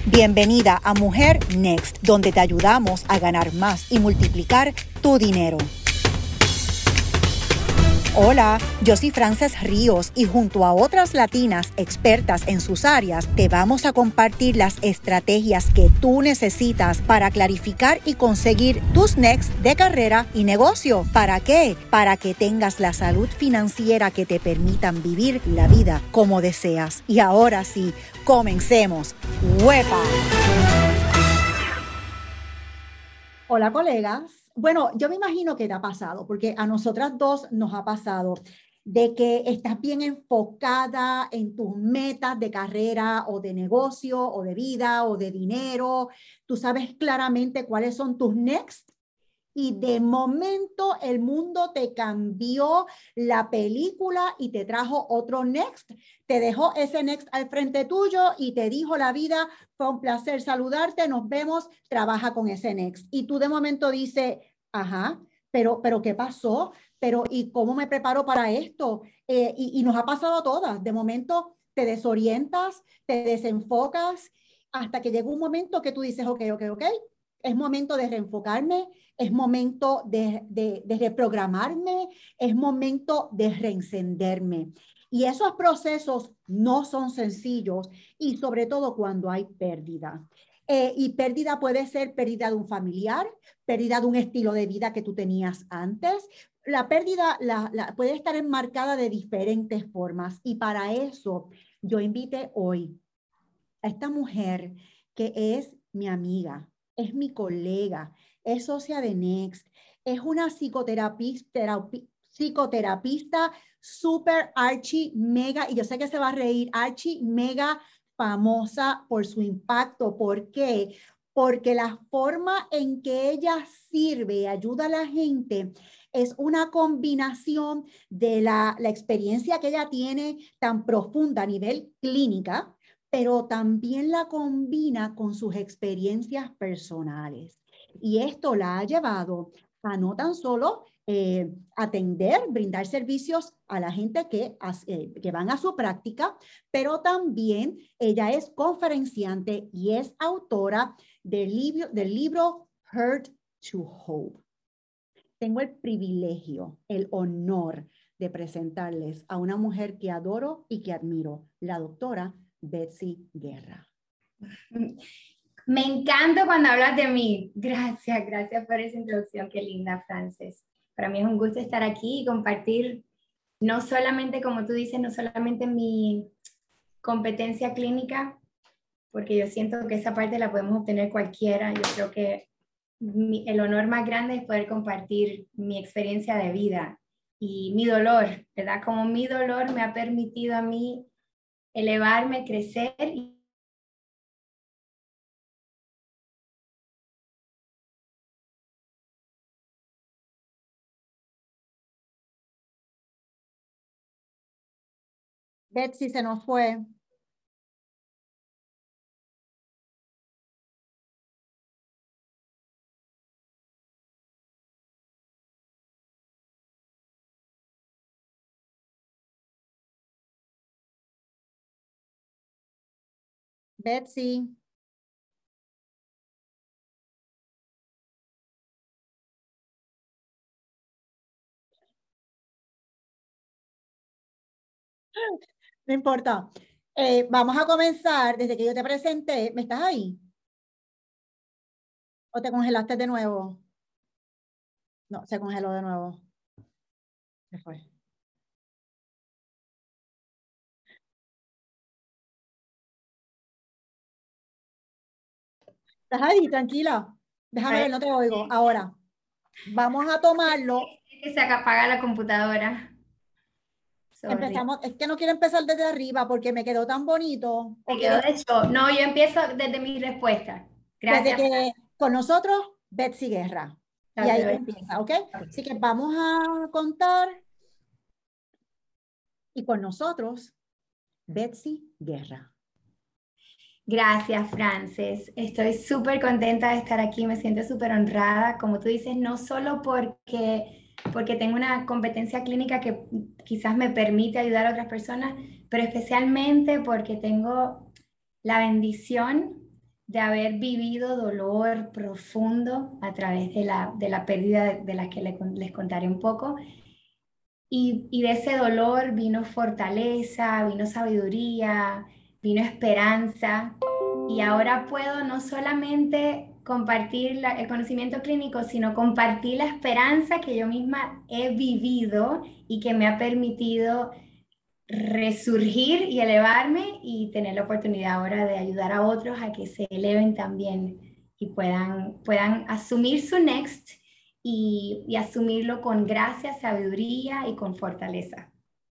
Bienvenida a Mujer Next, donde te ayudamos a ganar más y multiplicar tu dinero. Hola, yo soy Frances Ríos y junto a otras latinas expertas en sus áreas, te vamos a compartir las estrategias que tú necesitas para clarificar y conseguir tus next de carrera y negocio. ¿Para qué? Para que tengas la salud financiera que te permitan vivir la vida como deseas. Y ahora sí, comencemos. ¡Huepa! Hola, colegas. Bueno, yo me imagino que te ha pasado, porque a nosotras dos nos ha pasado de que estás bien enfocada en tus metas de carrera o de negocio o de vida o de dinero. Tú sabes claramente cuáles son tus next y de momento el mundo te cambió la película y te trajo otro next. Te dejó ese next al frente tuyo y te dijo la vida, fue un placer saludarte, nos vemos, trabaja con ese next. Y tú de momento dices, ajá, pero ¿qué pasó? Pero ¿y cómo me preparo para esto? Y nos ha pasado a todas. De momento te desorientas, te desenfocas, hasta que llega un momento que tú dices, ok, es momento de reenfocarme, es momento de reprogramarme, es momento de reencenderme. Y esos procesos no son sencillos y sobre todo cuando hay pérdida. Y pérdida puede ser pérdida de un familiar, pérdida de un estilo de vida que tú tenías antes. La pérdida puede estar enmarcada de diferentes formas y para eso yo invité hoy a esta mujer que es mi amiga, es mi colega, es socia de Next, es una psicoterapista super archi mega, y yo sé que se va a reír, archi mega famosa por su impacto. ¿Por qué? Porque la forma en que ella sirve y ayuda a la gente es una combinación de la experiencia que ella tiene tan profunda a nivel clínica, pero también la combina con sus experiencias personales. Y esto la ha llevado a no tan solo atender, brindar servicios a la gente que van a su práctica, pero también ella es conferenciante y es autora del libro Hurt to Hope. Tengo el privilegio, el honor de presentarles a una mujer que adoro y que admiro, la doctora Betsy Guerra. Me encanta cuando hablas de mí. Gracias, gracias por esa introducción. Qué linda, Frances. Para mí es un gusto estar aquí y compartir, no solamente, como tú dices, no solamente mi competencia clínica, porque yo siento que esa parte la podemos obtener cualquiera. Yo creo que el honor más grande es poder compartir mi experiencia de vida y mi dolor, ¿verdad? Como mi dolor me ha permitido a mí elevarme, crecer y Betsy se nos fue. Betsy. No importa. Vamos a comenzar desde que yo te presenté. ¿Me estás ahí? ¿O te congelaste de nuevo? No, se congeló de nuevo. Se fue. ¿Estás ahí? Tranquila. Déjame ver, no te oigo. Ahora, vamos a tomarlo. que se apaga la computadora. Sorry. Empezamos. Es que no quiero empezar desde arriba porque me quedó tan bonito. Me quedó de hecho. No, yo empiezo desde mi respuesta. Gracias. Desde que con nosotros, Betsy Guerra. Y ahí empieza, ¿ok? Así que vamos a contar. Y con nosotros, Betsy Guerra. Gracias, Frances. Estoy súper contenta de estar aquí, me siento súper honrada, como tú dices, no solo porque tengo una competencia clínica que quizás me permite ayudar a otras personas, pero especialmente porque tengo la bendición de haber vivido dolor profundo a través de la pérdida de la que les contaré un poco. Y de ese dolor vino fortaleza, vino sabiduría, vino esperanza. Y ahora puedo no solamente compartir el conocimiento clínico, sino compartir la esperanza que yo misma he vivido y que me ha permitido resurgir y elevarme y tener la oportunidad ahora de ayudar a otros a que se eleven también y puedan asumir su next y asumirlo con gracia, sabiduría y con fortaleza.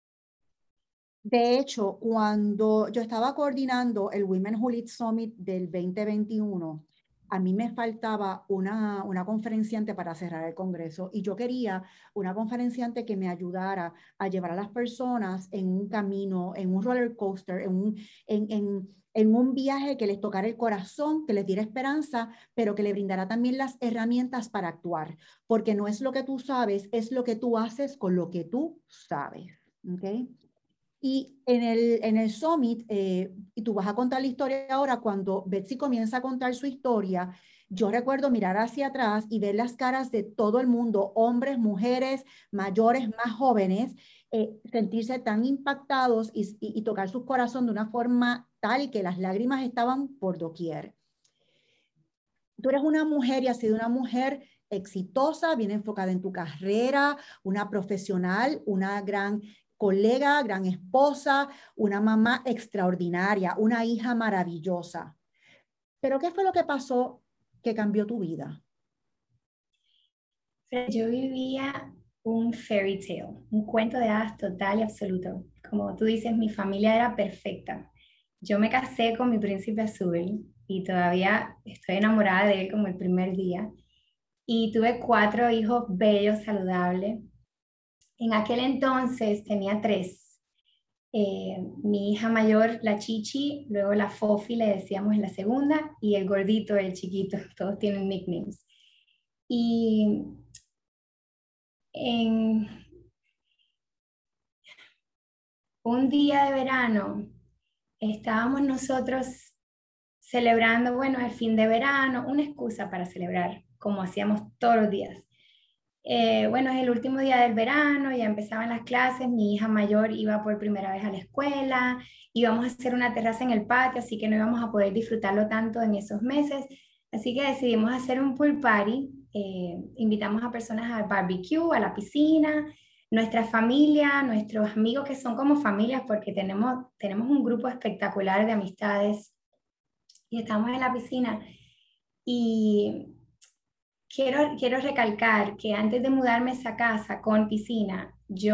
De hecho, cuando yo estaba coordinando el Women Who Lead Summit del 2021, a mí me faltaba una conferenciante para cerrar el congreso y yo quería una conferenciante que me ayudara a llevar a las personas en un camino, en un roller coaster, en un viaje que les tocara el corazón, que les diera esperanza, pero que le brindara también las herramientas para actuar, porque no es lo que tú sabes, es lo que tú haces con lo que tú sabes. ¿Okay? Y en el Summit, y tú vas a contar la historia ahora, cuando Betsy comienza a contar su historia, yo recuerdo mirar hacia atrás y ver las caras de todo el mundo, hombres, mujeres, mayores, más jóvenes, sentirse tan impactados y tocar su corazón de una forma tal que las lágrimas estaban por doquier. Tú eres una mujer y has sido una mujer exitosa, bien enfocada en tu carrera, una profesional, una gran colega, gran esposa, una mamá extraordinaria, una hija maravillosa. Pero ¿qué fue lo que pasó que cambió tu vida? Yo vivía un fairy tale, un cuento de hadas total y absoluto. Como tú dices, mi familia era perfecta. Yo me casé con mi príncipe azul y todavía estoy enamorada de él como el primer día. Y tuve 4 hijos bellos, saludables. En aquel entonces tenía 3. Mi hija mayor, la Chichi, luego la Fofi, le decíamos en la segunda, y el gordito, el chiquito, todos tienen nicknames. Y en un día de verano estábamos nosotros celebrando, bueno, el fin de verano, una excusa para celebrar, como hacíamos todos los días. Bueno, es el último día del verano, ya empezaban las clases, mi hija mayor iba por primera vez a la escuela, íbamos a hacer una terraza en el patio, así que no íbamos a poder disfrutarlo tanto en esos meses, así que decidimos hacer un pool party, invitamos a personas al barbecue, a la piscina, nuestra familia, nuestros amigos que son como familias, porque tenemos un grupo espectacular de amistades y estamos en la piscina y quiero recalcar que antes de mudarme a esa casa con piscina,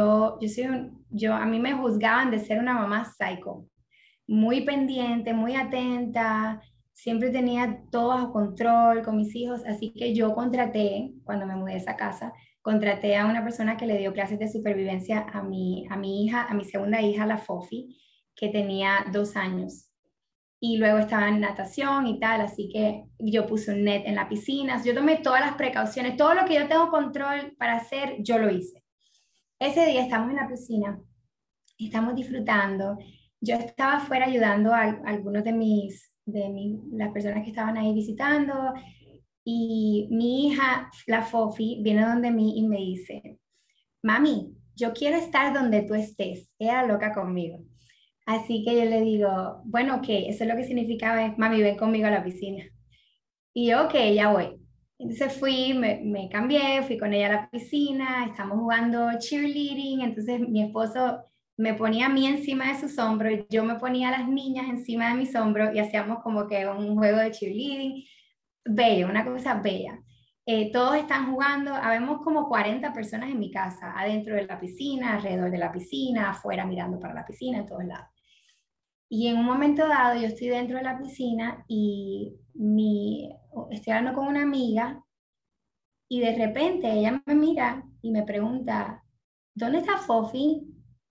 a mí me juzgaban de ser una mamá psycho, muy pendiente, muy atenta, siempre tenía todo bajo control con mis hijos, así que yo cuando me mudé a esa casa, contraté a una persona que le dio clases de supervivencia a mi hija, a mi segunda hija, la Fofi, que tenía 2 años y luego estaba en natación y tal, así que yo puse un net en la piscina, yo tomé todas las precauciones, todo lo que yo tengo control para hacer, yo lo hice. Ese día estamos en la piscina, estamos disfrutando, yo estaba afuera ayudando a algunos las personas que estaban ahí visitando, y mi hija, la Fofi, viene donde mí y me dice, mami, yo quiero estar donde tú estés, ella loca conmigo. Así que yo le digo, bueno, ok, eso es lo que significaba es, mami, ven conmigo a la piscina. Y yo, ok, ya voy. Entonces me cambié, fui con ella a la piscina, estamos jugando cheerleading, entonces mi esposo me ponía a mí encima de sus hombros, yo me ponía a las niñas encima de mis hombros y hacíamos como que un juego de cheerleading, bello, una cosa bella. Todos están jugando, habemos como 40 personas en mi casa, adentro de la piscina, alrededor de la piscina, afuera mirando para la piscina, en todos lados. Y en un momento dado yo estoy dentro de la piscina y estoy hablando con una amiga y de repente ella me mira y me pregunta, ¿dónde está Fofi?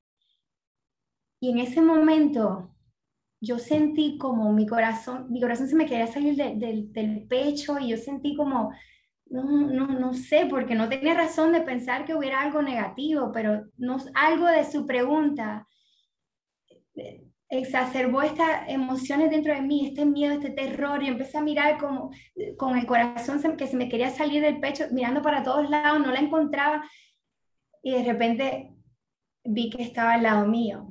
Y en ese momento yo sentí como mi corazón se me quería salir del pecho y yo sentí como, no sé, porque no tenía razón de pensar que hubiera algo negativo, pero no, algo de su pregunta exacerbó estas emociones dentro de mí, este miedo, este terror, y empecé a mirar como con el corazón que se me quería salir del pecho, mirando para todos lados, no la encontraba, y de repente vi que estaba al lado mío,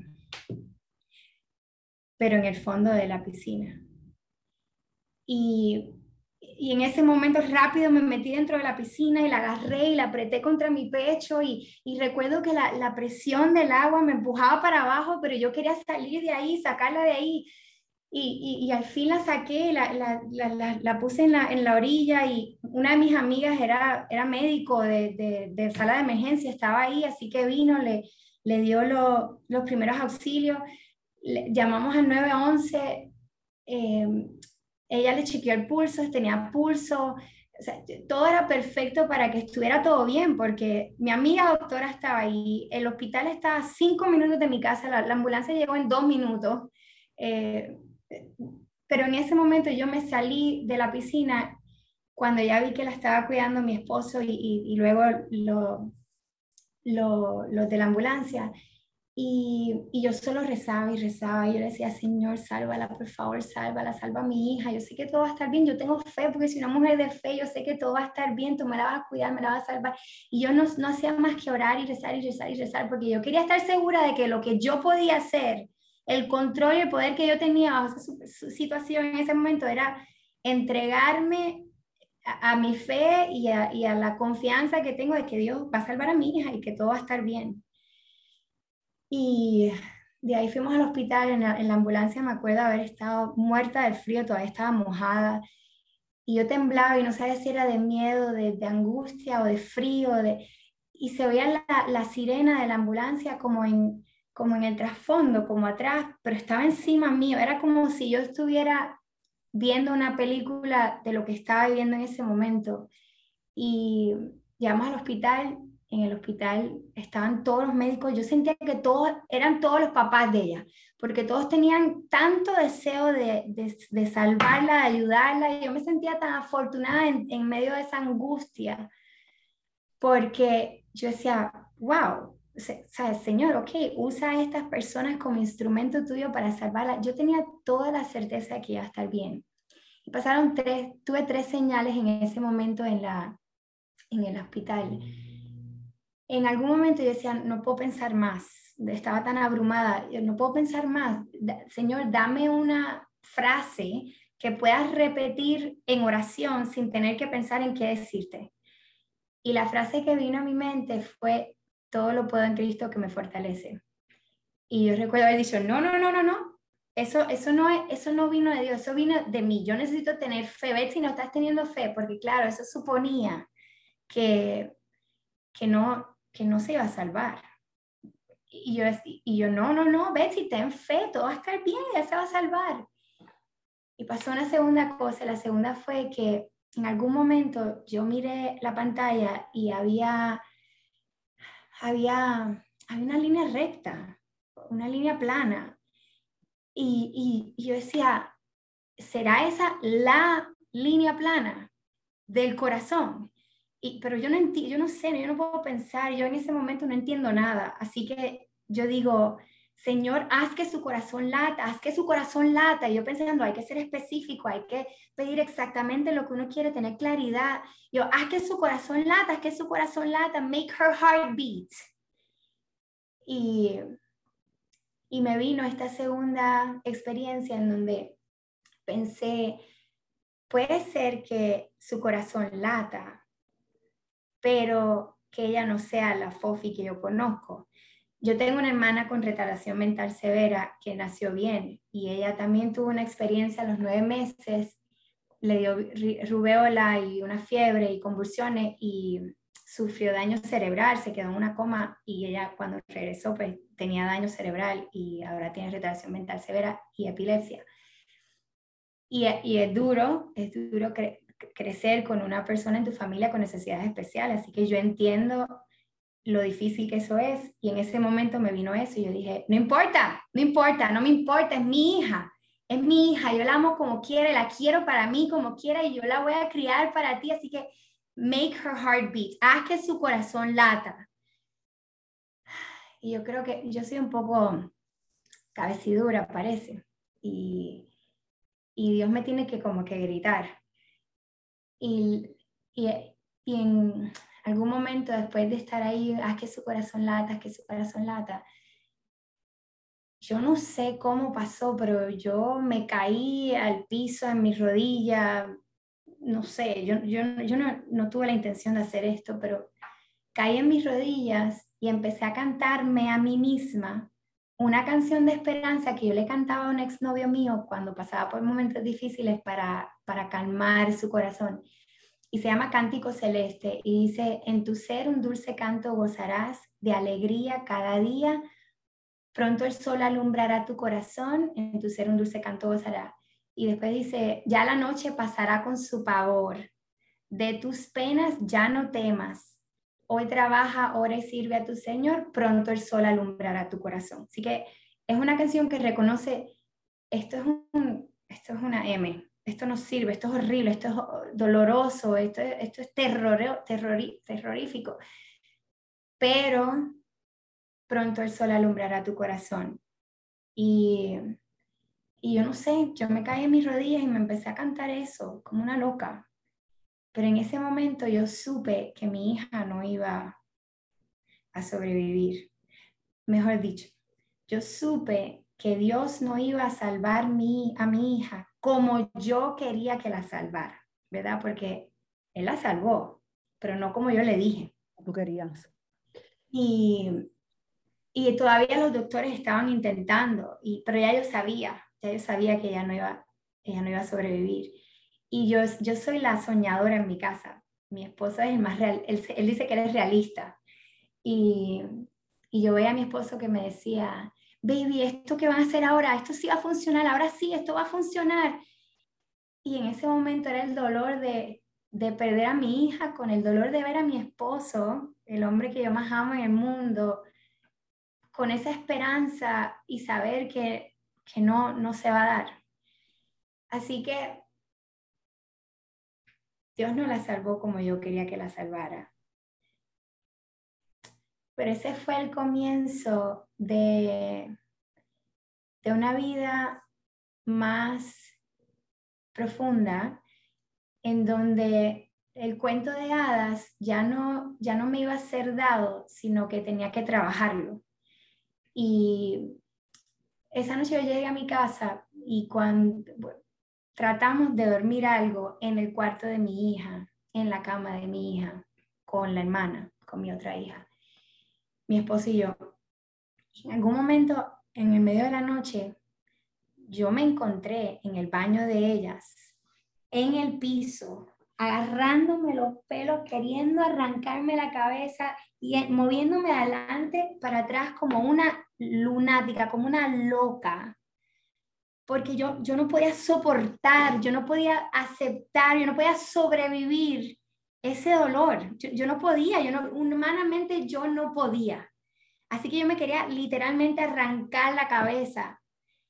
pero en el fondo de la piscina. Y, y en ese momento rápido me metí dentro de la piscina y la agarré y la apreté contra mi pecho y recuerdo que la presión del agua me empujaba para abajo, pero yo quería salir de ahí, sacarla de ahí. Y al fin la saqué, la puse en la orilla y una de mis amigas era médico de sala de emergencia, estaba ahí, así que vino, le dio los primeros auxilios, llamamos al 911, ella le chequeó el pulso, tenía pulso, o sea, todo era perfecto para que estuviera todo bien, porque mi amiga doctora estaba ahí, el hospital estaba a 5 minutos de mi casa, la ambulancia llegó en 2 minutos. Eh, pero en ese momento yo me salí de la piscina cuando ya vi que la estaba cuidando mi esposo y luego los de la ambulancia. Y yo solo rezaba y rezaba, y yo le decía, Señor, sálvala, por favor, sálvala, salva a mi hija, yo sé que todo va a estar bien, yo tengo fe, porque soy una mujer de fe, yo sé que todo va a estar bien, tú me la vas a cuidar, me la vas a salvar. Y yo no hacía más que orar y rezar y rezar y rezar, porque yo quería estar segura de que lo que yo podía hacer, el control y el poder que yo tenía bajo esa situación en ese momento era entregarme a mi fe y a la confianza que tengo de que Dios va a salvar a mi hija y que todo va a estar bien. Y de ahí fuimos al hospital, en la ambulancia me acuerdo haber estado muerta del frío, todavía estaba mojada, y yo temblaba y no sabía si era de miedo, de angustia o de frío, y se oía la sirena de la ambulancia como en el trasfondo, como atrás, pero estaba encima mío, era como si yo estuviera viendo una película de lo que estaba viviendo en ese momento. Y llegamos al hospital, en el hospital estaban todos los médicos, yo sentía que todos eran todos los papás de ella, porque todos tenían tanto deseo de salvarla, de ayudarla, y yo me sentía tan afortunada en medio de esa angustia, porque yo decía, wow, ¿sabes, Señor? Ok, usa a estas personas como instrumento tuyo para salvarla. Yo tenía toda la certeza de que iba a estar bien. Y tuve 3 señales en ese momento en el hospital. En algún momento yo decía, no puedo pensar más, estaba tan abrumada, yo no puedo pensar más. Señor, dame una frase que puedas repetir en oración sin tener que pensar en qué decirte. Y la frase que vino a mi mente fue, todo lo puedo en Cristo que me fortalece. Y yo recuerdo haber dicho, no, no, no, no, no. Eso no vino de Dios, eso vino de mí. Yo necesito tener fe. Ve si no estás teniendo fe, porque claro, eso suponía que que no se iba a salvar. Y yo no, no, no, Betsy, ten fe, todo va a estar bien, ya se va a salvar. Y pasó una segunda cosa, la segunda fue que en algún momento yo miré la pantalla y había una línea recta, una línea plana. Y yo decía, ¿será esa la línea plana del corazón? Pero yo yo no sé, yo no puedo pensar, yo en ese momento no entiendo nada, así que yo digo, Señor, haz que su corazón lata, haz que su corazón lata, y yo pensando, hay que ser específico, hay que pedir exactamente lo que uno quiere, tener claridad, yo, haz que su corazón lata, haz que su corazón lata, make her heart beat, y, y me vino esta segunda experiencia en donde pensé, puede ser que su corazón lata, pero que ella no sea la Fofi que yo conozco. Yo tengo una hermana con retardación mental severa que nació bien y ella también tuvo una experiencia a los 9 meses, le dio rubeola y una fiebre y convulsiones y sufrió daño cerebral, se quedó en una coma y ella cuando regresó pues tenía daño cerebral y ahora tiene retardación mental severa y epilepsia. Y es duro crecer con una persona en tu familia con necesidades especiales, así que yo entiendo lo difícil que eso es, y en ese momento me vino eso y yo dije, no importa, no importa, no me importa, es mi hija, yo la amo como quiera, la quiero para mí como quiera y yo la voy a criar para ti, así que make her heart beat, haz que su corazón lata. Y yo creo que yo soy un poco cabecidura parece. Y Dios me tiene que como que gritar. Y en algún momento después de estar ahí, haz que su corazón lata, haz que su corazón lata, yo no sé cómo pasó, pero yo me caí al piso en mis rodillas, no sé, yo no tuve la intención de hacer esto, pero caí en mis rodillas y empecé a cantarme a mí misma una canción de esperanza que yo le cantaba a un exnovio mío cuando pasaba por momentos difíciles para calmar su corazón. Y se llama Cántico Celeste y dice, en tu ser un dulce canto gozarás de alegría cada día. Pronto el sol alumbrará tu corazón, en tu ser un dulce canto gozará. Y después dice, ya la noche pasará con su pavor. De tus penas ya no temas. Hoy trabaja, ora y sirve a tu Señor, pronto el sol alumbrará tu corazón. Así que es una canción que reconoce, esto es una M, esto no sirve, esto es horrible, esto es doloroso, esto es terrorífico. Pero pronto el sol alumbrará tu corazón. Y yo no sé, yo me caí en mis rodillas y me empecé a cantar eso como una loca. Pero en ese momento yo supe que mi hija no iba a sobrevivir. Mejor dicho, yo supe que Dios no iba a salvar a mi hija como yo quería que la salvara, ¿verdad? Porque Él la salvó, pero no como yo le dije. Tú querías. Y todavía los doctores estaban intentando, pero ya yo sabía que ella no iba a sobrevivir. Y yo soy la soñadora en mi casa. Mi esposo es el más real, él dice que él es realista. Y yo veía a mi esposo que me decía, baby, esto que van a hacer ahora, esto sí va a funcionar, ahora sí, esto va a funcionar. Y en ese momento era el dolor de perder a mi hija con el dolor de ver a mi esposo, el hombre que yo más amo en el mundo, con esa esperanza y saber que no se va a dar. Así que Dios no la salvó como yo quería que la salvara. Pero ese fue el comienzo de una vida más profunda, en donde el cuento de hadas ya no me iba a ser dado, sino que tenía que trabajarlo. Y esa noche yo llegué a mi casa y tratamos de dormir algo en el cuarto de mi hija, en la cama de mi hija, con la hermana, con mi otra hija, mi esposo y yo. En algún momento, en el medio de la noche, yo me encontré en el baño de ellas, en el piso, agarrándome los pelos, queriendo arrancarme la cabeza y moviéndome de adelante para atrás como una lunática, como una loca. Porque yo no podía soportar, yo no podía aceptar, yo no podía sobrevivir ese dolor. Yo no podía, humanamente yo no podía. Así que yo me quería literalmente arrancar la cabeza.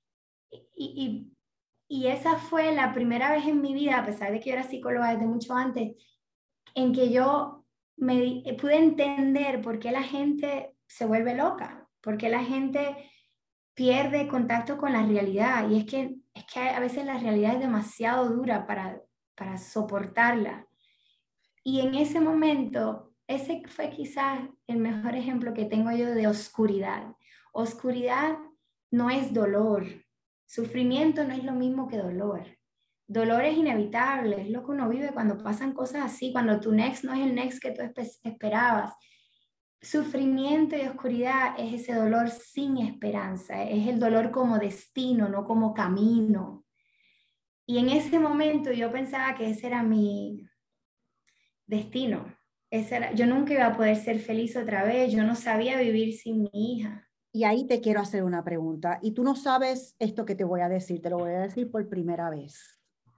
Y esa fue la primera vez en mi vida, a pesar de que yo era psicóloga desde mucho antes, en que yo pude entender por qué la gente se vuelve loca, por qué la gente pierde contacto con la realidad. Y es que a veces la realidad es demasiado dura para soportarla. Y en ese momento, ese fue quizás el mejor ejemplo que tengo yo de oscuridad. Oscuridad no es dolor. Sufrimiento no es lo mismo que dolor. Dolor es inevitable, es lo que uno vive cuando pasan cosas así, cuando tu next no es el next que tú esperabas. Sufrimiento y oscuridad es ese dolor sin esperanza, es el dolor como destino, no como camino. Y en ese momento yo pensaba que ese era mi destino. Yo nunca iba a poder ser feliz otra vez, yo no sabía vivir sin mi hija. Y ahí te quiero hacer una pregunta. Y tú no sabes esto que te voy a decir, te lo voy a decir por primera vez.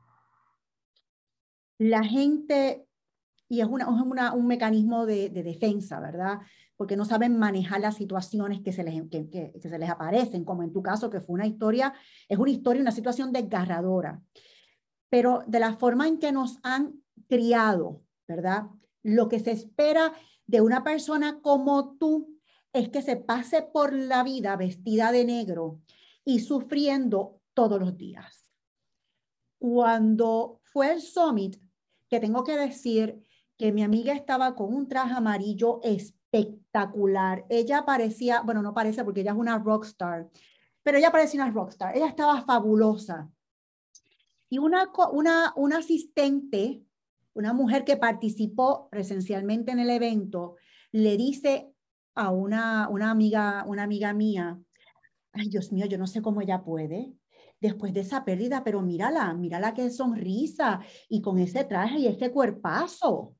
La gente, y es un mecanismo de defensa, ¿verdad? Porque no saben manejar las situaciones que se les aparecen, como en tu caso, que fue una historia, una situación desgarradora. Pero de la forma en que nos han criado, ¿verdad? Lo que se espera de una persona como tú es que se pase por la vida vestida de negro y sufriendo todos los días. Cuando fue el summit, que tengo que decir que mi amiga estaba con un traje amarillo espectacular. Ella parecía, bueno, no parece porque ella es una rockstar, pero ella parecía una rockstar. Ella estaba fabulosa. Y una asistente, una mujer que participó presencialmente en el evento, le dice a una amiga mía, ay, Dios mío, yo no sé cómo ella puede después de esa pérdida, pero mírala qué sonrisa y con ese traje y ese cuerpazo.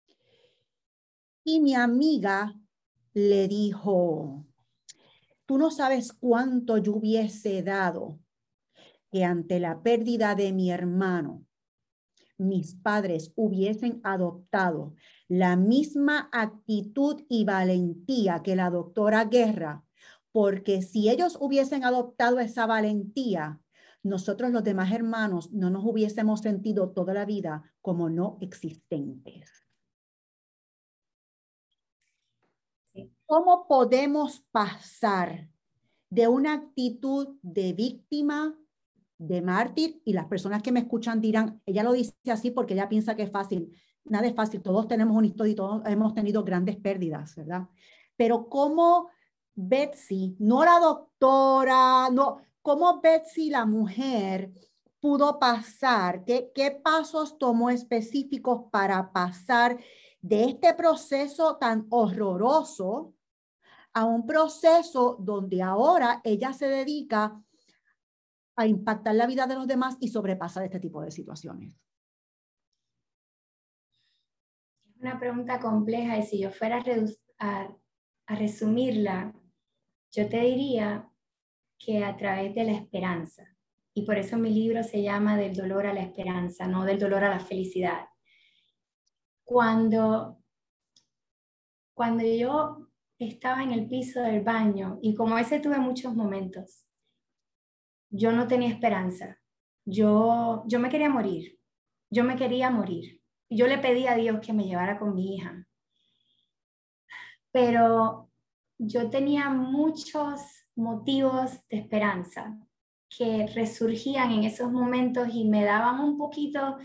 Y mi amiga le dijo, tú no sabes cuánto yo hubiese dado que ante la pérdida de mi hermano, mis padres hubiesen adoptado la misma actitud y valentía que la doctora Guerra, porque si ellos hubiesen adoptado esa valentía, nosotros los demás hermanos no nos hubiésemos sentido toda la vida como no existentes. ¿Cómo podemos pasar de una actitud de víctima, de mártir? Y las personas que me escuchan dirán, ella lo dice así porque ella piensa que es fácil. Nada es fácil, todos tenemos una historia y todos hemos tenido grandes pérdidas, ¿verdad? Pero cómo Betsy, no la doctora, no, cómo Betsy la mujer pudo pasar, qué pasos tomó específicos para pasar de este proceso tan horroroso a un proceso donde ahora ella se dedica a impactar la vida de los demás y sobrepasar este tipo de situaciones. Es una pregunta compleja y si yo fuera a resumirla, yo te diría que a través de la esperanza. Y por eso mi libro se llama Del dolor a la esperanza, no del dolor a la felicidad. Cuando yo estaba en el piso del baño, y como ese tuve muchos momentos, yo no tenía esperanza. Yo me quería morir. Yo me quería morir. Yo le pedí a Dios que me llevara con mi hija. Pero yo tenía muchos motivos de esperanza que resurgían en esos momentos y me daban un poquito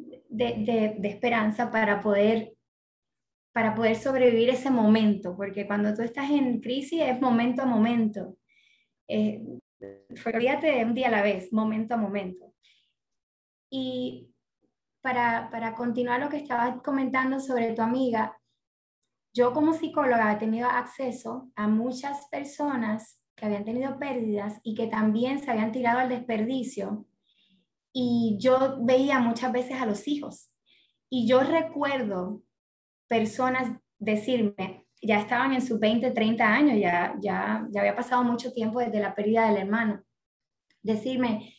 de esperanza para poder sobrevivir ese momento, porque cuando tú estás en crisis es momento a momento. Olvídate de un día a la vez, momento a momento. Y para continuar lo que estabas comentando sobre tu amiga, yo como psicóloga he tenido acceso a muchas personas que habían tenido pérdidas y que también se habían tirado al desperdicio. Y yo veía muchas veces a los hijos. Y yo recuerdo personas decirme, ya estaban en sus 20, 30 años, ya había pasado mucho tiempo desde la pérdida del hermano, decirme,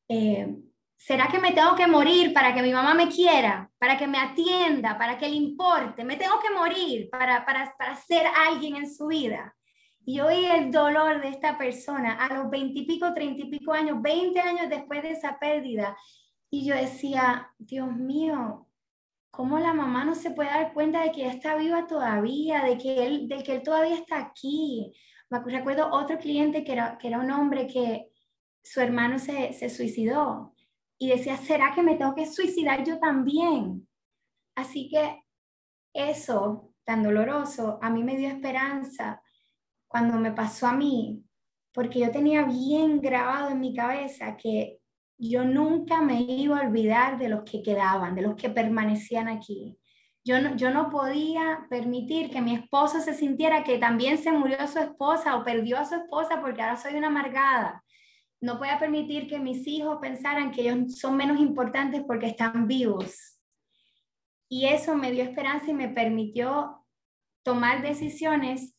¿será que me tengo que morir para que mi mamá me quiera, para que me atienda, para que le importe? ¿Me tengo que morir para ser alguien en su vida? Y yo vi el dolor de esta persona a los 20 y pico, 30 y pico años, 20 años después de esa pérdida. Y yo decía, Dios mío, ¿cómo la mamá no se puede dar cuenta de que ella está viva todavía, de que él todavía está aquí? Me recuerdo otro cliente que era un hombre que su hermano se suicidó y decía, ¿será que me tengo que suicidar yo también? Así que eso tan doloroso a mí me dio esperanza cuando me pasó a mí, porque yo tenía bien grabado en mi cabeza que yo nunca me iba a olvidar de los que quedaban, de los que permanecían aquí. Yo no podía permitir que mi esposo se sintiera que también se murió su esposa o perdió a su esposa porque ahora soy una amargada. No podía permitir que mis hijos pensaran que ellos son menos importantes porque están vivos. Y eso me dio esperanza y me permitió tomar decisiones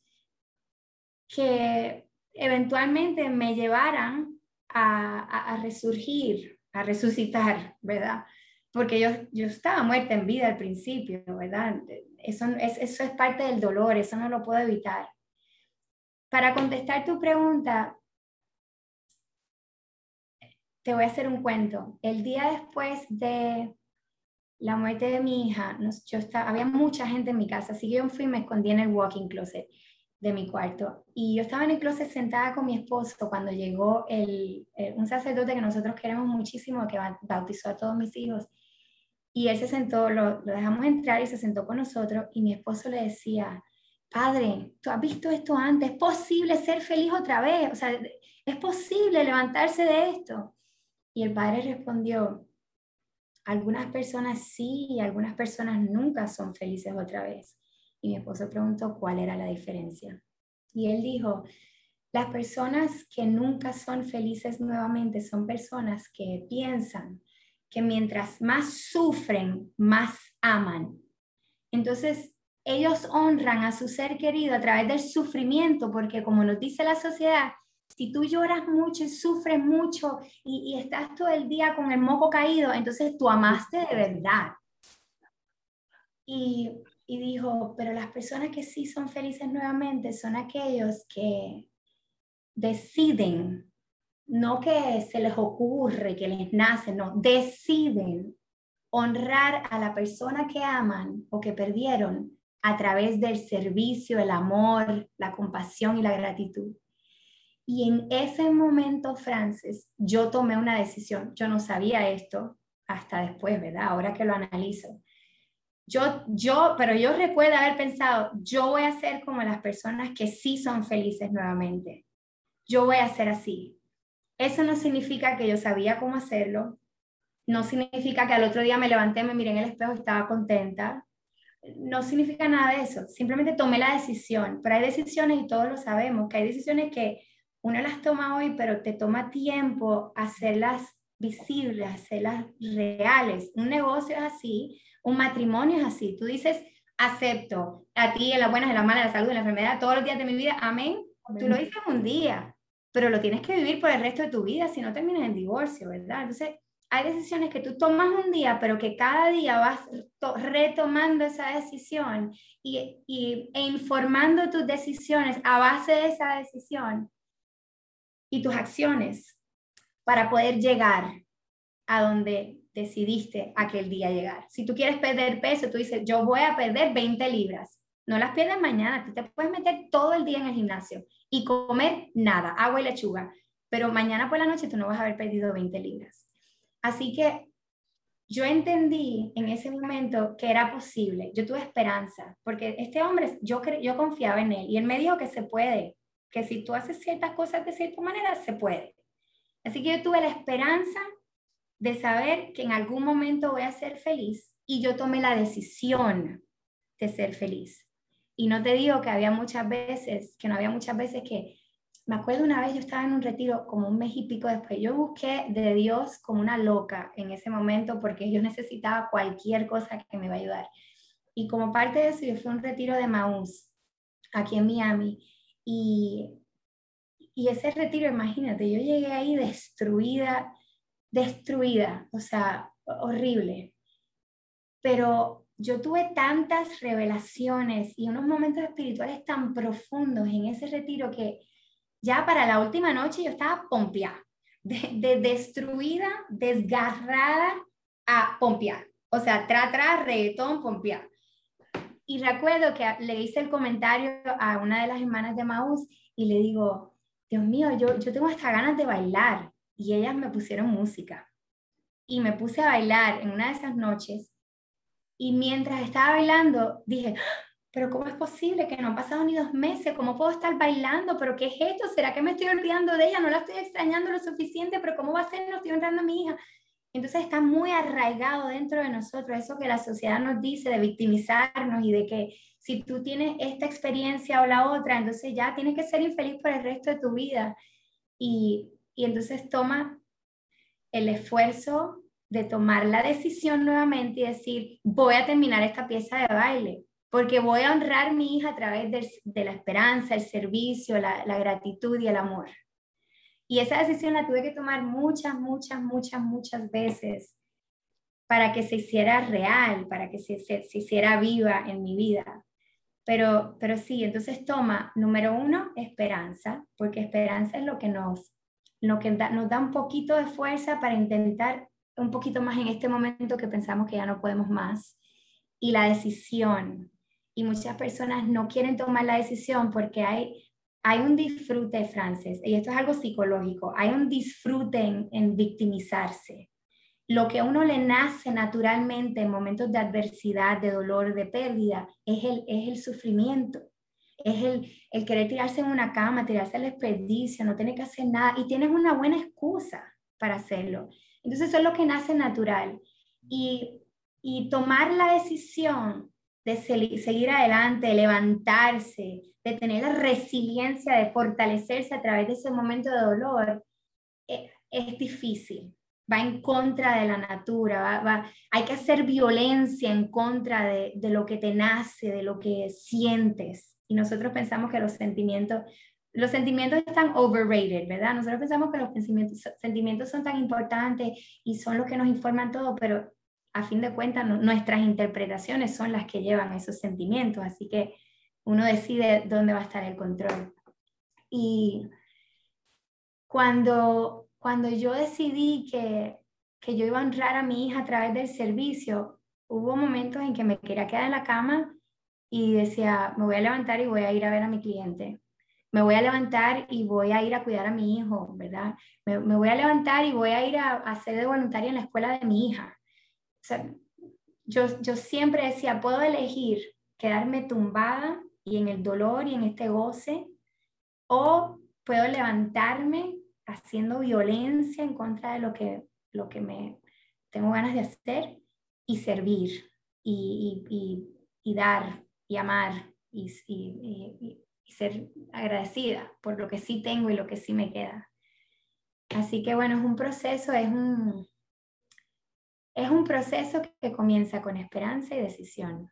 que eventualmente me llevaran a resurgir, a resucitar, ¿verdad? Porque yo estaba muerta en vida al principio, ¿verdad? Eso es parte del dolor, eso no lo puedo evitar. Para contestar tu pregunta, te voy a hacer un cuento. El día después de la muerte de mi hija, había mucha gente en mi casa, así que yo fui y me escondí en el walk-in closet. de mi cuarto. Y yo estaba en el closet sentada con mi esposo cuando llegó un sacerdote que nosotros queremos muchísimo, que bautizó a todos mis hijos. Y él se sentó, lo dejamos entrar y se sentó con nosotros. Y mi esposo le decía, padre, ¿tú has visto esto antes? ¿Es posible ser feliz otra vez? O sea, ¿es posible levantarse de esto? Y el padre respondió, algunas personas sí y algunas personas nunca son felices otra vez. Y mi esposo preguntó cuál era la diferencia. Y él dijo, las personas que nunca son felices nuevamente son personas que piensan que mientras más sufren, más aman. Entonces, ellos honran a su ser querido a través del sufrimiento, porque como nos dice la sociedad, si tú lloras mucho y sufres mucho y estás todo el día con el moco caído, entonces tú amaste de verdad. Y dijo, pero las personas que sí son felices nuevamente son aquellos que deciden, no que se les ocurre, que les nace, no, deciden honrar a la persona que aman o que perdieron a través del servicio, el amor, la compasión y la gratitud. Y en ese momento, Frances, yo tomé una decisión. Yo no sabía esto hasta después, ¿verdad? Ahora que lo analizo. Pero yo recuerdo haber pensado, yo voy a ser como las personas que sí son felices nuevamente. Yo voy a ser así. Eso no significa que yo sabía cómo hacerlo. No significa que al otro día me levanté, me miré en el espejo y estaba contenta. No significa nada de eso. Simplemente tomé la decisión. Pero hay decisiones, y todos lo sabemos, que hay decisiones que uno las toma hoy, pero te toma tiempo hacerlas visibles, hacerlas reales. Un negocio es así, un matrimonio es así. Tú dices, acepto a ti en las buenas, en las malas, en la salud, en la enfermedad, todos los días de mi vida, amén. Amén. Tú lo dices un día, pero lo tienes que vivir por el resto de tu vida, si no terminas en divorcio, ¿verdad? Entonces, hay decisiones que tú tomas un día, pero que cada día vas retomando esa decisión e informando tus decisiones a base de esa decisión y tus acciones para poder llegar a donde decidiste aquel día llegar. Si tú quieres perder peso, tú dices, yo voy a perder 20 libras. No las pierdas mañana, tú te puedes meter todo el día en el gimnasio y comer nada, agua y lechuga, pero mañana por la noche tú no vas a haber perdido 20 libras. Así que yo entendí en ese momento que era posible. Yo tuve esperanza, porque este hombre, yo confiaba en él y él me dijo que se puede, que si tú haces ciertas cosas de cierta manera, se puede. Así que yo tuve la esperanza de saber que en algún momento voy a ser feliz y yo tomé la decisión de ser feliz. Y no te digo que había muchas veces, que no había muchas veces que me acuerdo una vez yo estaba en un retiro como un mes y pico después. Yo busqué de Dios como una loca en ese momento porque yo necesitaba cualquier cosa que me iba a ayudar. Y como parte de eso yo fui a un retiro de Maús aquí en Miami y ese retiro, imagínate, yo llegué ahí destruida, o sea, horrible. Pero yo tuve tantas revelaciones y unos momentos espirituales tan profundos en ese retiro que ya para la última noche yo estaba pompeada, de destruida, desgarrada a pompear. O sea, reggaetón, pompear. Y recuerdo que le hice el comentario a una de las hermanas de Maús y le digo, Dios mío, yo tengo hasta ganas de bailar. Y ellas me pusieron música. Y me puse a bailar en una de esas noches. Y mientras estaba bailando, dije, pero ¿cómo es posible que no han pasado ni 2 meses? ¿Cómo puedo estar bailando? ¿Pero qué es esto? ¿Será que me estoy olvidando de ella? No la estoy extrañando lo suficiente, pero ¿cómo va a ser? No estoy honrando a mi hija. Entonces está muy arraigado dentro de nosotros eso que la sociedad nos dice de victimizarnos y de que si tú tienes esta experiencia o la otra, entonces ya tienes que ser infeliz por el resto de tu vida. Y entonces toma el esfuerzo de tomar la decisión nuevamente y decir, voy a terminar esta pieza de baile, porque voy a honrar a mi hija a través de la esperanza, el servicio, la gratitud y el amor. Y esa decisión la tuve que tomar muchas veces para que se hiciera real, para que se hiciera viva en mi vida. Pero sí, entonces toma, número 1, esperanza, porque esperanza es lo que nos da un poquito de fuerza para intentar un poquito más en este momento que pensamos que ya no podemos más. Y la decisión. y muchas personas no quieren tomar la decisión porque hay un disfrute, Frances, y esto es algo psicológico, hay un disfrute en victimizarse. Lo que a uno le nace naturalmente en momentos de adversidad, de dolor, de pérdida, es el sufrimiento. Es el querer tirarse en una cama, tirarse al desperdicio, no tener que hacer nada y tienes una buena excusa para hacerlo. Entonces eso es lo que nace natural. Y tomar la decisión de seguir adelante, de levantarse, de tener la resiliencia, de fortalecerse a través de ese momento de dolor, es difícil. Va en contra de la natura, hay que hacer violencia en contra de lo que te nace, de lo que sientes. Y nosotros pensamos que los sentimientos están overrated, ¿verdad? Nosotros pensamos que los sentimientos son tan importantes y son los que nos informan todo, pero a fin de cuentas nuestras interpretaciones son las que llevan esos sentimientos, así que uno decide dónde va a estar el control. Y cuando yo decidí que yo iba a honrar a mi hija a través del servicio, hubo momentos en que me quería quedar en la cama y decía, me voy a levantar y voy a ir a ver a mi cliente. Me voy a levantar y voy a ir a cuidar a mi hijo, ¿verdad? Me voy a levantar y voy a ir a hacer de voluntaria en la escuela de mi hija. O sea, yo siempre decía, puedo elegir quedarme tumbada y en el dolor y en este goce, o puedo levantarme haciendo violencia en contra de lo que me tengo ganas de hacer y servir y dar y amar y ser agradecida por lo que sí tengo y lo que sí me queda. Así que bueno, es un proceso, es un proceso que comienza con esperanza y decisión.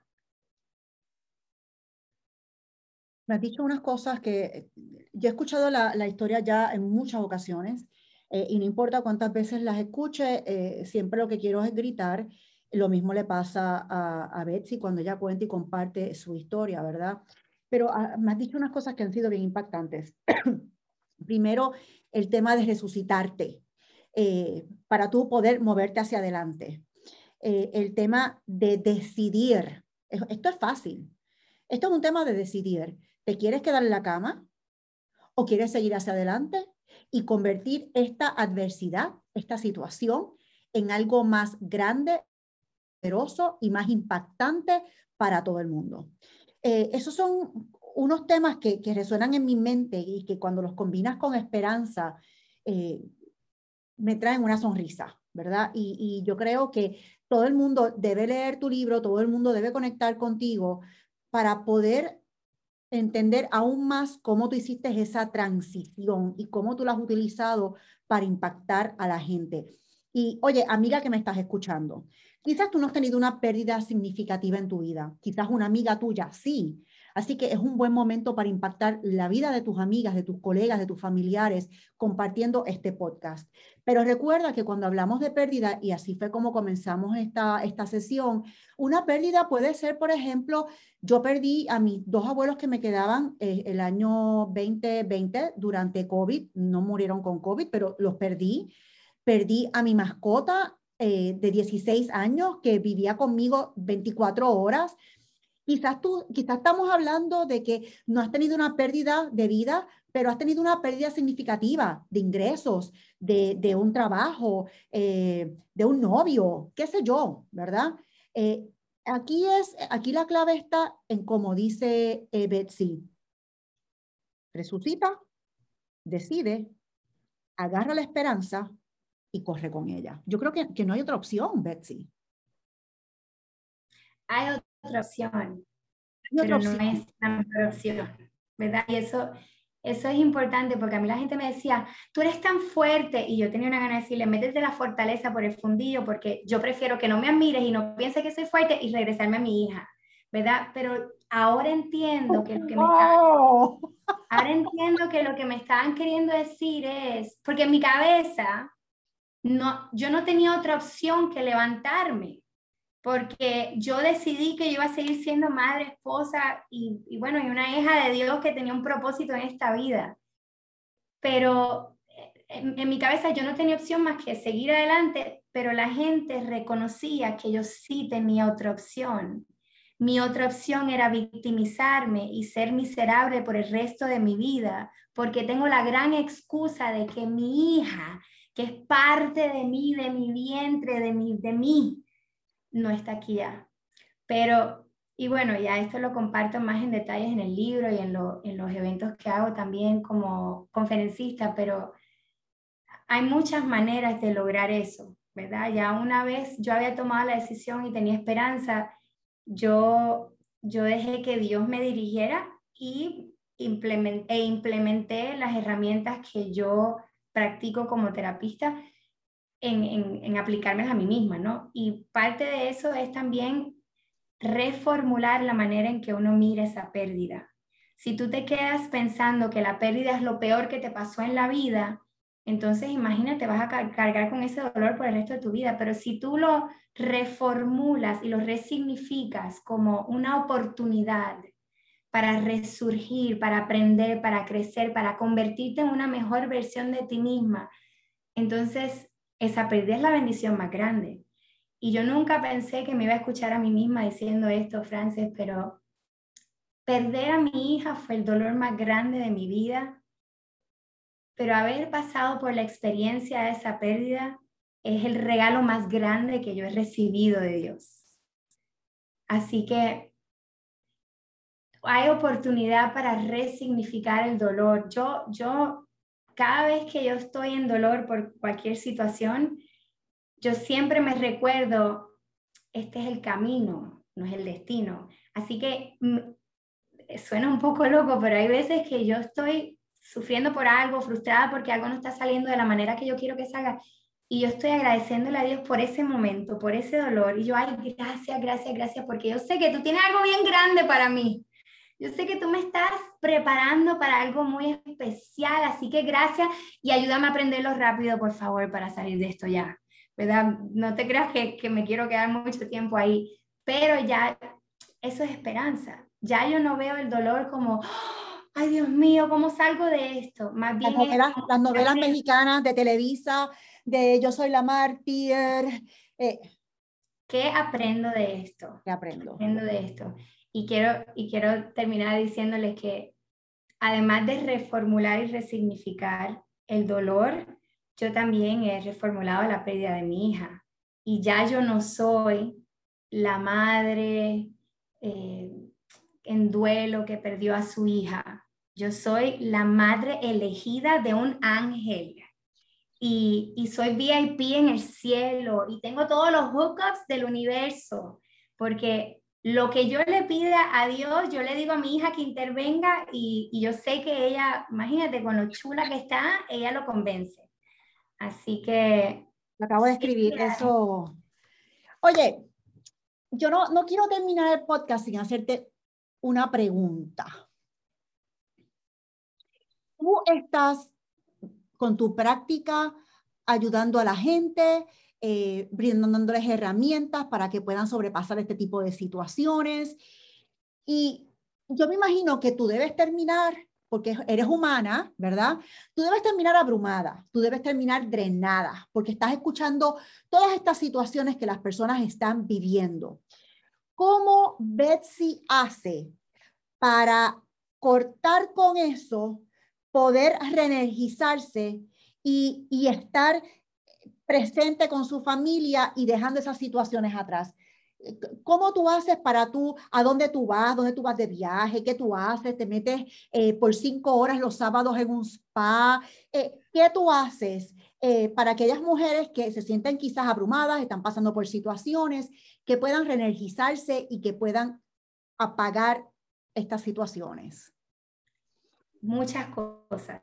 Me has dicho unas cosas que yo he escuchado la historia ya en muchas ocasiones y no importa cuántas veces las escuche, siempre lo que quiero es gritar. Lo mismo le pasa a Betsy cuando ella cuenta y comparte su historia, ¿verdad? Pero me has dicho unas cosas que han sido bien impactantes. Primero, el tema de resucitarte para tú poder moverte hacia adelante. El tema de decidir. Esto es fácil. Esto es un tema de decidir. ¿Te quieres quedar en la cama o quieres seguir hacia adelante y convertir esta adversidad, esta situación, en algo más grande, poderoso y más impactante para todo el mundo? Esos son unos temas que resuenan en mi mente y que cuando los combinas con esperanza, me traen una sonrisa, ¿verdad? Y yo creo que todo el mundo debe leer tu libro, todo el mundo debe conectar contigo para poder entender aún más cómo tú hiciste esa transición y cómo tú la has utilizado para impactar a la gente. Y oye, amiga que me estás escuchando, quizás tú no has tenido una pérdida significativa en tu vida, quizás una amiga tuya sí. Así que es un buen momento para impactar la vida de tus amigas, de tus colegas, de tus familiares, compartiendo este podcast. Pero recuerda que cuando hablamos de pérdida, y así fue como comenzamos esta sesión, una pérdida puede ser, por ejemplo, yo perdí a mis dos abuelos que me quedaban el año 2020 durante COVID, no murieron con COVID, pero los perdí. Perdí a mi mascota de 16 años que vivía conmigo 24 horas. Quizás estamos hablando de que no has tenido una pérdida de vida, pero has tenido una pérdida significativa de ingresos, de un trabajo, de un novio, qué sé yo, ¿verdad? Aquí la clave está en como dice Betsy. Resucita, decide, agarra la esperanza y corre con ella. Yo creo que no hay otra opción, Betsy. Hay otra opción, Pero no es la mejor opción, ¿verdad? Y eso es importante porque a mí la gente me decía, tú eres tan fuerte, y yo tenía una gana de decirle, métete la fortaleza por el fundillo, porque yo prefiero que no me admires y no pienses que soy fuerte y regresarme a mi hija, ¿verdad? Pero ahora entiendo que lo que me estaban queriendo decir es, porque en mi cabeza yo no tenía otra opción que levantarme, porque yo decidí que yo iba a seguir siendo madre, esposa y bueno, y una hija de Dios que tenía un propósito en esta vida. Pero en mi cabeza yo no tenía opción más que seguir adelante, pero la gente reconocía que yo sí tenía otra opción. Mi otra opción era victimizarme y ser miserable por el resto de mi vida, porque tengo la gran excusa de que mi hija, que es parte de mí, de mi vientre, de mí, no está aquí ya. Pero, y bueno, ya esto lo comparto más en detalles en el libro y en los eventos que hago también como conferencista, pero hay muchas maneras de lograr eso, ¿verdad? Ya una vez yo había tomado la decisión y tenía esperanza, yo dejé que Dios me dirigiera y implementé las herramientas que yo practico como terapista en aplicármelas a mí misma, ¿no? Y parte de eso es también reformular la manera en que uno mira esa pérdida. Si tú te quedas pensando que la pérdida es lo peor que te pasó en la vida, entonces imagínate, vas a cargar con ese dolor por el resto de tu vida, pero si tú lo reformulas y lo resignificas como una oportunidad para resurgir, para aprender, para crecer, para convertirte en una mejor versión de ti misma, entonces esa pérdida es la bendición más grande. Y yo nunca pensé que me iba a escuchar a mí misma diciendo esto, Frances, pero perder a mi hija fue el dolor más grande de mi vida, pero haber pasado por la experiencia de esa pérdida es el regalo más grande que yo he recibido de Dios. Así que hay oportunidad para resignificar el dolor. Cada vez que yo estoy en dolor por cualquier situación, yo siempre me recuerdo, este es el camino, no es el destino. Así que suena un poco loco, pero hay veces que yo estoy sufriendo por algo, frustrada porque algo no está saliendo de la manera que yo quiero que salga. Y yo estoy agradeciéndole a Dios por ese momento, por ese dolor. Y yo, ay, gracias, gracias, gracias, porque yo sé que tú tienes algo bien grande para mí. Yo sé que tú me estás preparando para algo muy especial, así que gracias y ayúdame a aprenderlo rápido, por favor, para salir de esto ya, ¿verdad? No te creas que me quiero quedar mucho tiempo ahí, pero ya eso es esperanza. Ya yo no veo el dolor como, ay Dios mío, ¿cómo salgo de esto? Más bien es como, Las novelas mexicanas de Televisa, de Yo soy la mártir, eh, ¿qué aprendo de esto? ¿qué aprendo? Aprendo de esto. Y quiero terminar diciéndoles que además de reformular y resignificar el dolor, yo también he reformulado la pérdida de mi hija. Y ya yo no soy la madre en duelo que perdió a su hija. Yo soy la madre elegida de un ángel. Y soy VIP en el cielo y tengo todos los hookups del universo, porque lo que yo le pida a Dios, yo le digo a mi hija que intervenga y yo sé que ella, imagínate, con lo chula que está, ella lo convence. Así que... Lo acabo de Sí, escribir, eso. Oye, yo no quiero terminar el podcast sin hacerte una pregunta. Tú estás con tu práctica ayudando a la gente, brindándoles herramientas para que puedan sobrepasar este tipo de situaciones. Y yo me imagino que tú debes terminar, porque eres humana, ¿verdad? Tú debes terminar abrumada, tú debes terminar drenada, porque estás escuchando todas estas situaciones que las personas están viviendo. ¿Cómo Betsy hace para cortar con eso, poder reenergizarse y estar presente con su familia y dejando esas situaciones atrás? ¿Cómo tú haces para tú, a dónde tú vas de viaje, qué tú haces? ¿Te metes por 5 horas los sábados en un spa? ¿Qué tú haces para aquellas mujeres que se sienten quizás abrumadas, están pasando por situaciones, que puedan reenergizarse y que puedan apagar estas situaciones? muchas cosas.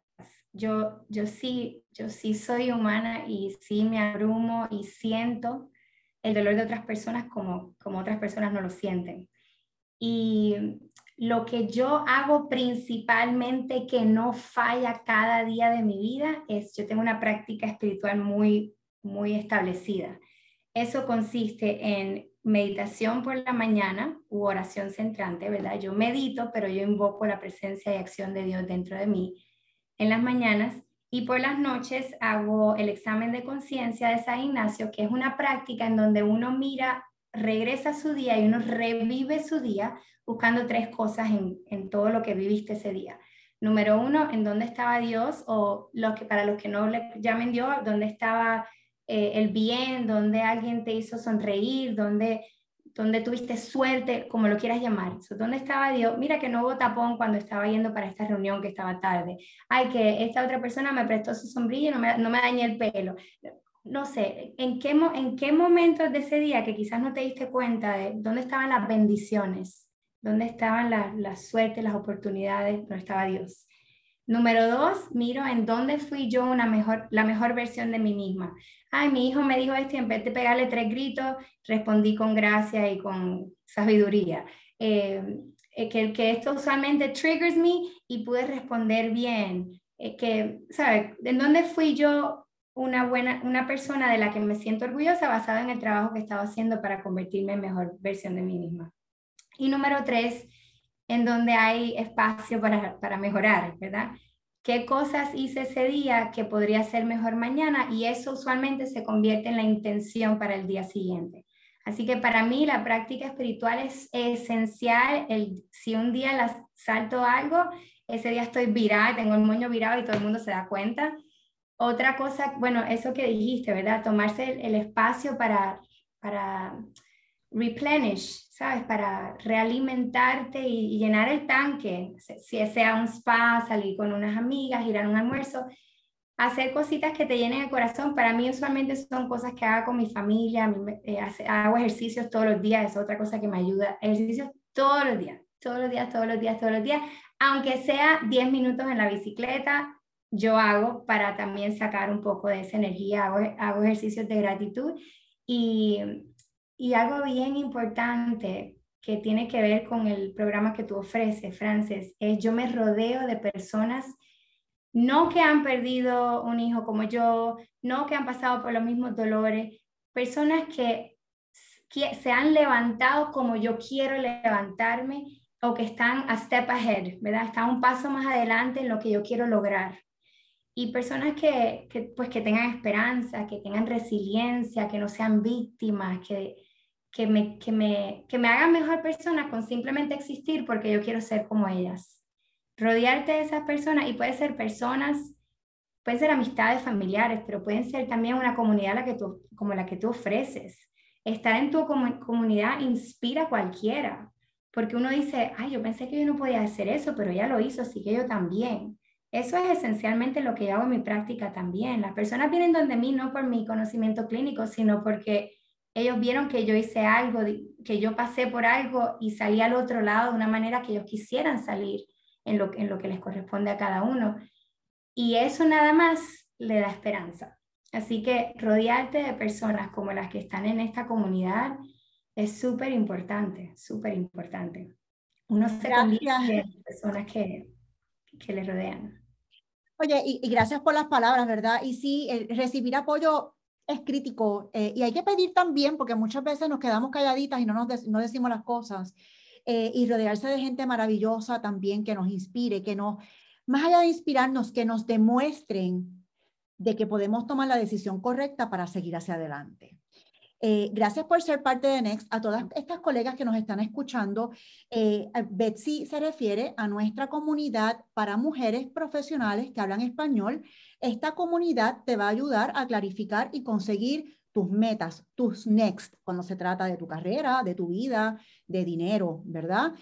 Yo sí soy humana y sí me abrumo y siento el dolor de otras personas como otras personas no lo sienten. Y lo que yo hago principalmente que no falla cada día de mi vida es, yo tengo una práctica espiritual muy, muy establecida. Eso consiste en meditación por la mañana u oración centrante, ¿verdad? Yo medito, pero yo invoco la presencia y acción de Dios dentro de mí en las mañanas y por las noches hago el examen de conciencia de San Ignacio, que es una práctica en donde uno mira regresa a su día y uno revive su día buscando 3 cosas en todo lo que viviste ese día. Número 1, ¿en dónde estaba Dios? O para los que no le llamen Dios, ¿dónde estaba el bien? ¿Dónde alguien te hizo sonreír? ¿Dónde tuviste suerte? Como lo quieras llamar. ¿Dónde estaba Dios? Mira que no hubo tapón cuando estaba yendo para esta reunión que estaba tarde. Ay, que esta otra persona me prestó su sombrilla y no me dañé el pelo. No sé, ¿en qué momentos de ese día que quizás no te diste cuenta de dónde estaban las bendiciones? ¿Dónde estaban las suertes, las oportunidades? ¿Dónde estaba Dios? Número 2, miro en dónde fui yo la mejor versión de mí misma. Ay, mi hijo me dijo esto y en vez de pegarle 3 gritos, respondí con gracia y con sabiduría. Que esto usualmente triggers me y pude responder bien. ¿Sabes? ¿En dónde fui yo una persona de la que me siento orgullosa basada en el trabajo que estaba haciendo para convertirme en mejor versión de mí misma? Y número 3, en donde hay espacio para mejorar, ¿verdad? ¿Qué cosas hice ese día que podría hacer mejor mañana? Y eso usualmente se convierte en la intención para el día siguiente. Así que para mí la práctica espiritual es esencial. Si un día salto algo, ese día estoy virada, tengo el moño virado y todo el mundo se da cuenta. Otra cosa, bueno, eso que dijiste, ¿verdad? Tomarse el espacio para replenish, ¿sabes? Para realimentarte y llenar el tanque, si sea un spa, salir con unas amigas, ir a un almuerzo, hacer cositas que te llenen el corazón. Para mí usualmente son cosas que hago con mi familia, hago ejercicios todos los días, es otra cosa que me ayuda, ejercicios todos los días, todos los días, todos los días, todos los días, aunque sea 10 minutos en la bicicleta, yo hago para también sacar un poco de esa energía, hago ejercicios de gratitud y algo bien importante que tiene que ver con el programa que tú ofreces, Frances, es yo me rodeo de personas no que han perdido un hijo como yo, no que han pasado por los mismos dolores, personas que se han levantado como yo quiero levantarme o que están a step ahead, ¿verdad? Están un paso más adelante en lo que yo quiero lograr. Y personas pues, que tengan esperanza, que tengan resiliencia, que no sean víctimas, que me hagan mejor persona con simplemente existir porque yo quiero ser como ellas. Rodearte de esas personas, y puede ser personas, pueden ser amistades familiares, pero pueden ser también una comunidad como la que tú ofreces. Estar en tu comunidad inspira a cualquiera, porque uno dice, ay, yo pensé que yo no podía hacer eso, pero ella lo hizo, así que yo también. Eso es esencialmente lo que yo hago en mi práctica también. Las personas vienen donde mí no por mi conocimiento clínico, sino porque ellos vieron que yo hice algo, que yo pasé por algo y salí al otro lado de una manera que ellos quisieran salir en lo que les corresponde a cada uno. Y eso nada más le da esperanza. Así que rodearte de personas como las que están en esta comunidad es súper importante, súper importante. Uno se convierte en personas que le rodean. Oye, y gracias por las palabras, ¿verdad? Y sí, recibir apoyo es crítico y hay que pedir también, porque muchas veces nos quedamos calladitas y no decimos las cosas. Y rodearse de gente maravillosa también que nos inspire, más allá de inspirarnos, que nos demuestren de que podemos tomar la decisión correcta para seguir hacia adelante. Gracias por ser parte de Next. A todas estas colegas que nos están escuchando, Betsy se refiere a nuestra comunidad para mujeres profesionales que hablan español. Esta comunidad te va a ayudar a clarificar y conseguir tus metas, tus next, cuando se trata de tu carrera, de tu vida, de dinero, ¿verdad?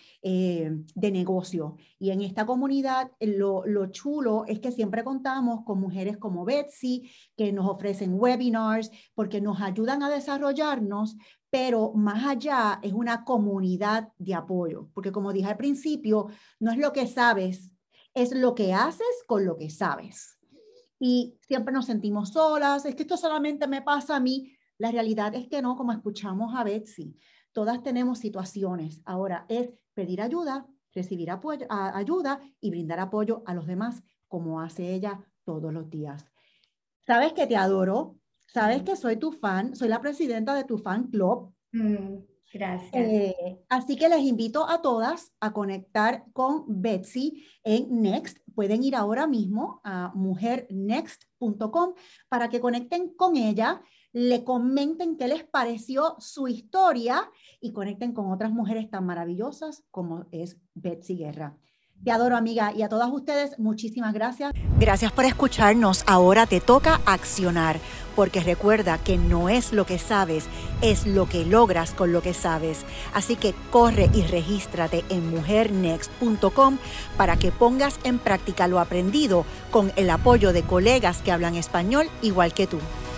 De negocio. Y en esta comunidad, lo chulo es que siempre contamos con mujeres como Betsy, que nos ofrecen webinars, porque nos ayudan a desarrollarnos, pero más allá es una comunidad de apoyo, porque como dije al principio, no es lo que sabes, es lo que haces con lo que sabes. Y siempre nos sentimos solas, es que esto solamente me pasa a mí. La realidad es que no, como escuchamos a Betsy, todas tenemos situaciones. Ahora es pedir ayuda, recibir ayuda y brindar apoyo a los demás, como hace ella todos los días. Sabes que te adoro, sabes que soy tu fan, soy la presidenta de tu fan club. Gracias. Así que les invito a todas a conectar con Betsy en Next. Pueden ir ahora mismo a mujernext.com para que conecten con ella. le comenten qué les pareció su historia y conecten con otras mujeres tan maravillosas como es Betsy Guerra. Te adoro, amiga, y a todas ustedes, muchísimas gracias. Gracias por escucharnos. Ahora te toca accionar, porque recuerda que no es lo que sabes, es lo que logras con lo que sabes. Así que corre y regístrate en mujernext.com para que pongas en práctica lo aprendido con el apoyo de colegas que hablan español igual que tú.